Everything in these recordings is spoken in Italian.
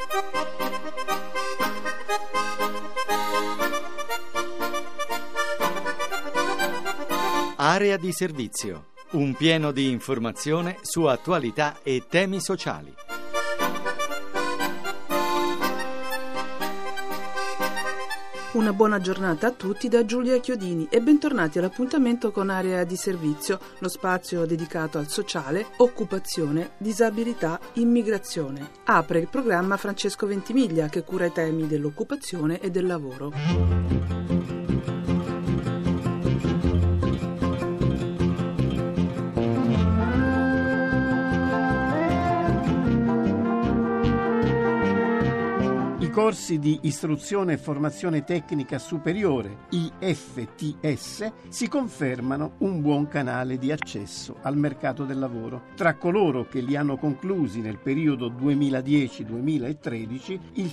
Area di servizio, un pieno di informazione su attualità e temi sociali. Una buona giornata a tutti da Giulia Chiodini e bentornati all'appuntamento con Area di Servizio, lo spazio dedicato al sociale, occupazione, disabilità, immigrazione. Apre il programma Francesco Ventimiglia che cura i temi dell'occupazione e del lavoro. I corsi di istruzione e formazione tecnica superiore, IFTS, si confermano un buon canale di accesso al mercato del lavoro. Tra coloro che li hanno conclusi nel periodo 2010-2013, il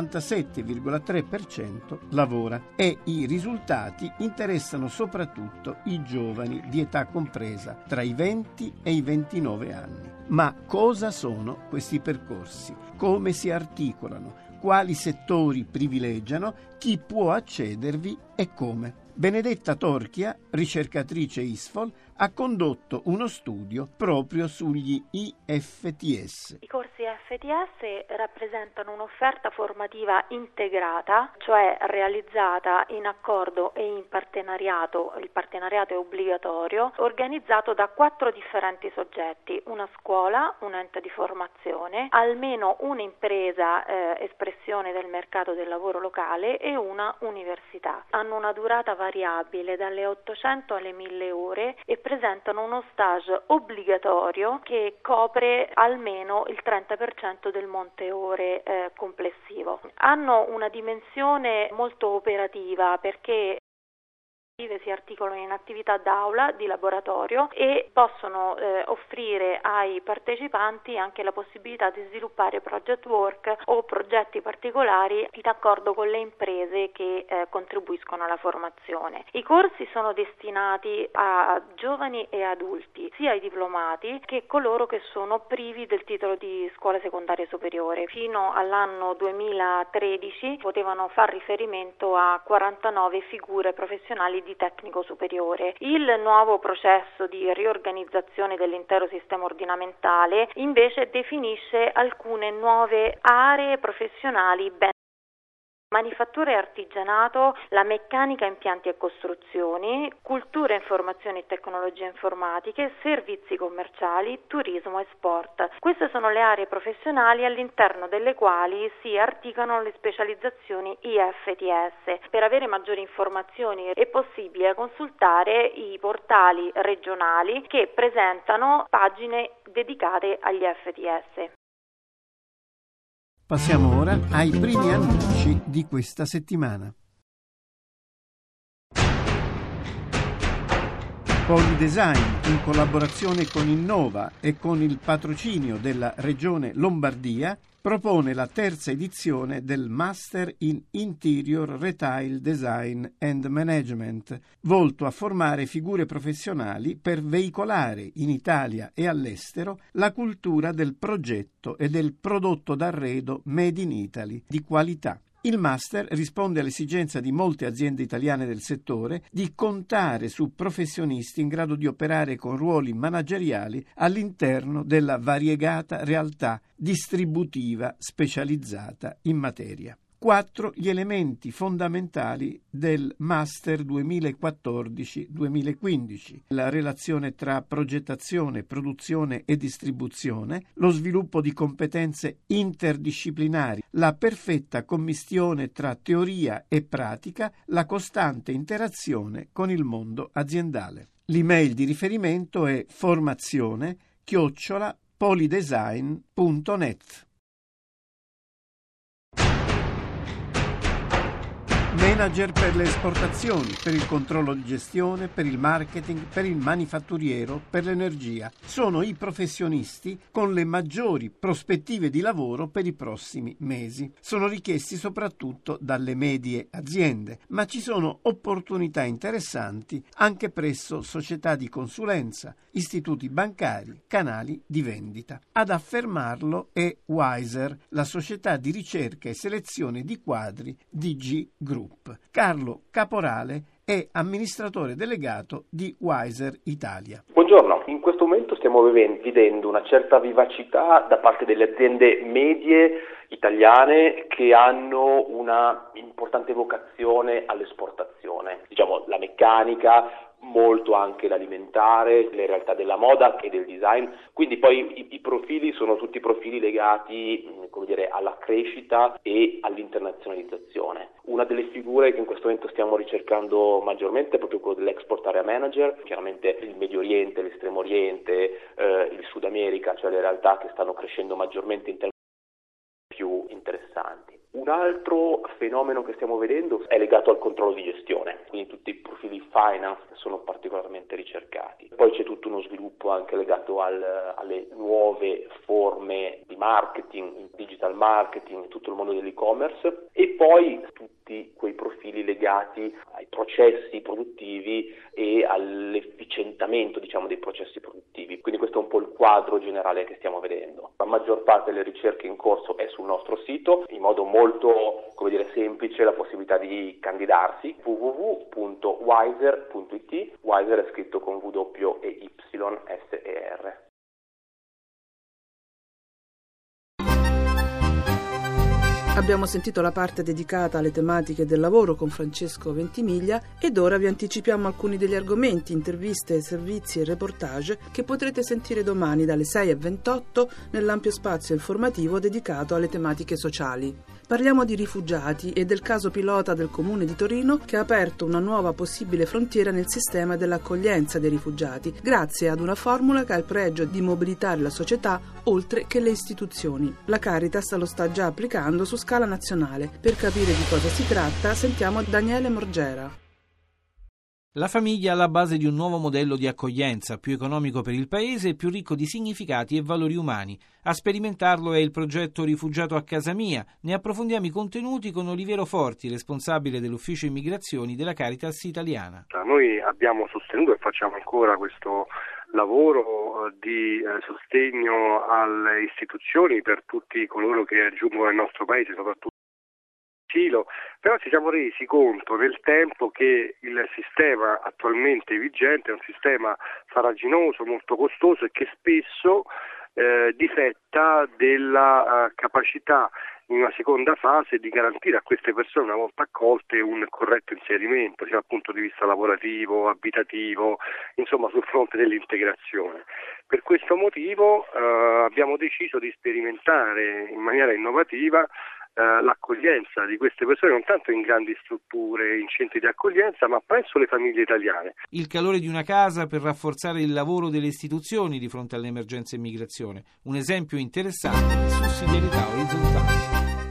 57,3% lavora e i risultati interessano soprattutto i giovani di età compresa tra i 20 e i 29 anni. Ma cosa sono questi percorsi? Come si articolano? Quali settori privilegiano, chi può accedervi e come. Benedetta Torchia, ricercatrice ISFOL, ha condotto uno studio proprio sugli IFTS. I corsi IFTS rappresentano un'offerta formativa integrata, cioè realizzata in accordo e in partenariato, il partenariato è obbligatorio, organizzato da 4 differenti soggetti, una scuola, un ente di formazione, almeno un'impresa espressione del mercato del lavoro locale e una università. Hanno una durata variabile dalle 800 alle 1000 ore e presentano uno stage obbligatorio che copre almeno il 30% del monte ore complessivo. Hanno una dimensione molto operativa perché si articolano in attività d'aula, di laboratorio e possono offrire ai partecipanti anche la possibilità di sviluppare project work o progetti particolari in accordo con le imprese che contribuiscono alla formazione. I corsi sono destinati a giovani e adulti, sia ai diplomati che coloro che sono privi del titolo di scuola secondaria superiore. Fino all'anno 2013 potevano far riferimento a 49 figure professionali di tecnico superiore. Il nuovo processo di riorganizzazione dell'intero sistema ordinamentale invece definisce alcune nuove aree professionali ben manifattura e artigianato, la meccanica, impianti e costruzioni, cultura, informazioni e tecnologie informatiche, servizi commerciali, turismo e sport. Queste sono le aree professionali all'interno delle quali si articolano le specializzazioni IFTS. Per avere maggiori informazioni è possibile consultare i portali regionali che presentano pagine dedicate agli IFTS. Passiamo ora ai primi annunci di questa settimana. Polidesign, in collaborazione con Innova e con il patrocinio della Regione Lombardia, propone la terza edizione del Master in Interior Retail Design and Management, volto a formare figure professionali per veicolare in Italia e all'estero la cultura del progetto e del prodotto d'arredo Made in Italy di qualità. Il Master risponde all'esigenza di molte aziende italiane del settore di contare su professionisti in grado di operare con ruoli manageriali all'interno della variegata realtà distributiva specializzata in materia. 4 gli elementi fondamentali del Master 2014-2015: la relazione tra progettazione, produzione e distribuzione, lo sviluppo di competenze interdisciplinari, la perfetta commistione tra teoria e pratica, la costante interazione con il mondo aziendale. L'email di riferimento è formazione@polidesign.net. Manager per le esportazioni, per il controllo di gestione, per il marketing, per il manifatturiero, per l'energia. Sono i professionisti con le maggiori prospettive di lavoro per i prossimi mesi. Sono richiesti soprattutto dalle medie aziende, ma ci sono opportunità interessanti anche presso società di consulenza, istituti bancari, canali di vendita. Ad affermarlo è Wiser, la società di ricerca e selezione di quadri DG Group. Carlo Caporale è amministratore delegato di Wiser Italia. Buongiorno, in questo momento stiamo vedendo una certa vivacità da parte delle aziende medie italiane che hanno una importante vocazione all'esportazione, la meccanica, molto anche l'alimentare, le realtà della moda e del design, quindi poi i profili sono tutti profili legati alla crescita e all'internazionalizzazione. Una delle figure che in questo momento stiamo ricercando maggiormente è proprio quello dell'Export Area Manager, chiaramente il Medio Oriente, l'Estremo Oriente, il Sud America, cioè le realtà che stanno crescendo maggiormente in termini più interessanti. Un altro fenomeno che stiamo vedendo è legato al controllo di gestione, quindi tutti i profili finance sono particolarmente ricercati. Poi c'è tutto uno sviluppo anche legato alle nuove forme di marketing, digital marketing, tutto il mondo dell'e-commerce e poi tutti quei profili legati ai processi produttivi e all'efficientamento dei processi produttivi. Quindi questo è un po' il quadro generale che stiamo vedendo. La maggior parte delle ricerche in corso è sul nostro sito, in modo molto semplice la possibilità di candidarsi, www.wiser.it, Wiser è scritto con W-E-Y-S-E-R. Abbiamo sentito la parte dedicata alle tematiche del lavoro con Francesco Ventimiglia ed ora vi anticipiamo alcuni degli argomenti, interviste, servizi e reportage che potrete sentire domani dalle 6:28 nell'ampio spazio informativo dedicato alle tematiche sociali. Parliamo di rifugiati e del caso pilota del Comune di Torino che ha aperto una nuova possibile frontiera nel sistema dell'accoglienza dei rifugiati, grazie ad una formula che ha il pregio di mobilitare la società oltre che le istituzioni. La Caritas lo sta già applicando su scala nazionale. Per capire di cosa si tratta, sentiamo Daniele Morgera. La famiglia è alla base di un nuovo modello di accoglienza, più economico per il Paese e più ricco di significati e valori umani. A sperimentarlo è il progetto Rifugiato a casa mia. Ne approfondiamo i contenuti con Oliviero Forti, responsabile dell'ufficio immigrazioni della Caritas italiana. Noi abbiamo sostenuto e facciamo ancora questo lavoro di sostegno alle istituzioni per tutti coloro che giungono nel nostro Paese, soprattutto però ci siamo resi conto nel tempo che il sistema attualmente vigente è un sistema farraginoso, molto costoso e che spesso difetta della capacità in una seconda fase di garantire a queste persone, una volta accolte, un corretto inserimento sia dal punto di vista lavorativo, abitativo, insomma sul fronte dell'integrazione. Per questo motivo abbiamo deciso di sperimentare in maniera innovativa l'accoglienza di queste persone non tanto in grandi strutture, in centri di accoglienza, ma presso le famiglie italiane. Il calore di una casa per rafforzare il lavoro delle istituzioni di fronte all'emergenza immigrazione. Un esempio interessante di sussidiarietà orizzontale.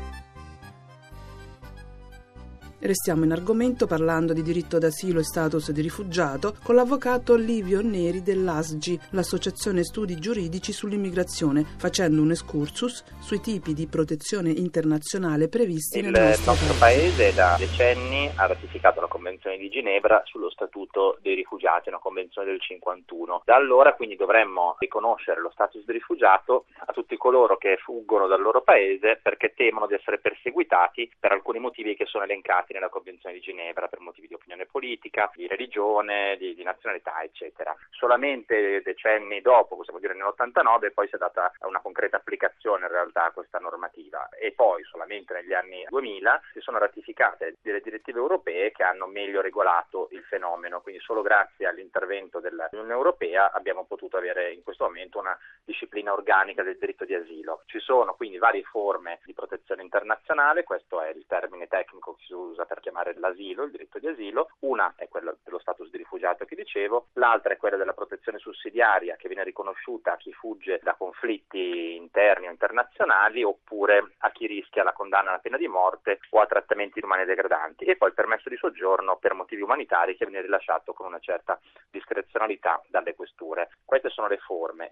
Restiamo in argomento parlando di diritto d'asilo e status di rifugiato con l'avvocato Livio Neri dell'ASGI, l'Associazione Studi Giuridici sull'Immigrazione, facendo un excursus sui tipi di protezione internazionale previsti nel nostro paese. Da decenni ha ratificato la Convenzione di Ginevra sullo Statuto dei rifugiati, una convenzione del 51. Da allora quindi dovremmo riconoscere lo status di rifugiato a tutti coloro che fuggono dal loro paese perché temono di essere perseguitati per alcuni motivi che sono elencati nella Convenzione di Ginevra, per motivi di opinione politica, di religione, di nazionalità, eccetera. Solamente decenni dopo, possiamo dire nell'89, poi si è data una concreta applicazione in realtà a questa normativa e poi solamente negli anni 2000 si sono ratificate delle direttive europee che hanno meglio regolato il fenomeno, quindi solo grazie all'intervento dell'Unione Europea abbiamo potuto avere in questo momento una disciplina organica del diritto di asilo. Ci sono quindi varie forme di protezione internazionale, questo è il termine tecnico che si usa cosa per chiamare l'asilo, il diritto di asilo. Una è quella dello status di rifugiato che dicevo, l'altra è quella della protezione sussidiaria che viene riconosciuta a chi fugge da conflitti interni o internazionali, oppure a chi rischia la condanna alla pena di morte o a trattamenti inumani e degradanti, e poi il permesso di soggiorno per motivi umanitari che viene rilasciato con una certa discrezionalità dalle questure. Queste sono le forme.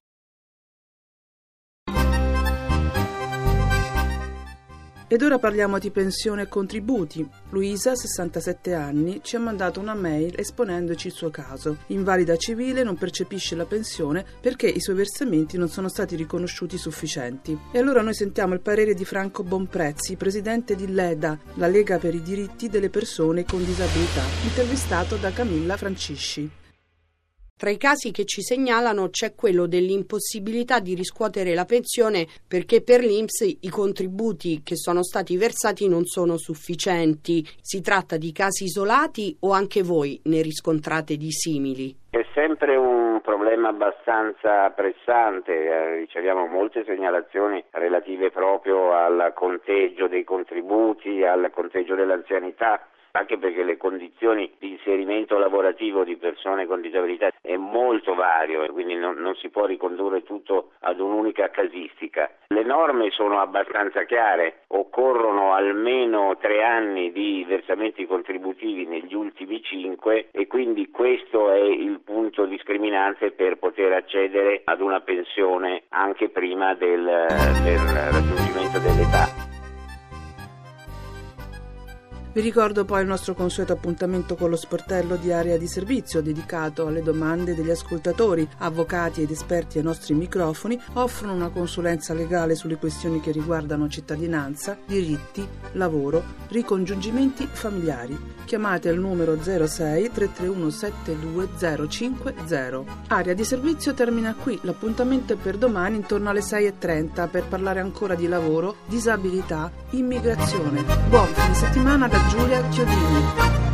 Ed ora parliamo di pensione e contributi. Luisa, 67 anni, ci ha mandato una mail esponendoci il suo caso. Invalida civile, non percepisce la pensione perché i suoi versamenti non sono stati riconosciuti sufficienti. E allora noi sentiamo il parere di Franco Bonprezzi, presidente di LEDA, la Lega per i diritti delle persone con disabilità, intervistato da Camilla Francisci. Tra i casi che ci segnalano c'è quello dell'impossibilità di riscuotere la pensione perché per l'INPS i contributi che sono stati versati non sono sufficienti. Si tratta di casi isolati o anche voi ne riscontrate di simili? È sempre un problema abbastanza pressante, riceviamo molte segnalazioni relative proprio al conteggio dei contributi, al conteggio dell'anzianità, anche perché le condizioni di inserimento lavorativo di persone con disabilità è molto vario e quindi non si può ricondurre tutto ad un'unica casistica. Le norme sono abbastanza chiare, occorrono almeno 3 anni di versamenti contributivi negli ultimi 5 e quindi questo è il punto discriminante per poter accedere ad una pensione anche prima del raggiungimento dell'età. Vi ricordo poi il nostro consueto appuntamento con lo sportello di Area di Servizio dedicato alle domande degli ascoltatori. Avvocati ed esperti ai nostri microfoni offrono una consulenza legale sulle questioni che riguardano cittadinanza, diritti, lavoro, ricongiungimenti familiari. Chiamate al numero 06 331 72050. Area di Servizio termina qui. L'appuntamento è per domani intorno alle 6:30 per parlare ancora di lavoro, disabilità, immigrazione. Buon fine settimana da Giulia Chiodini.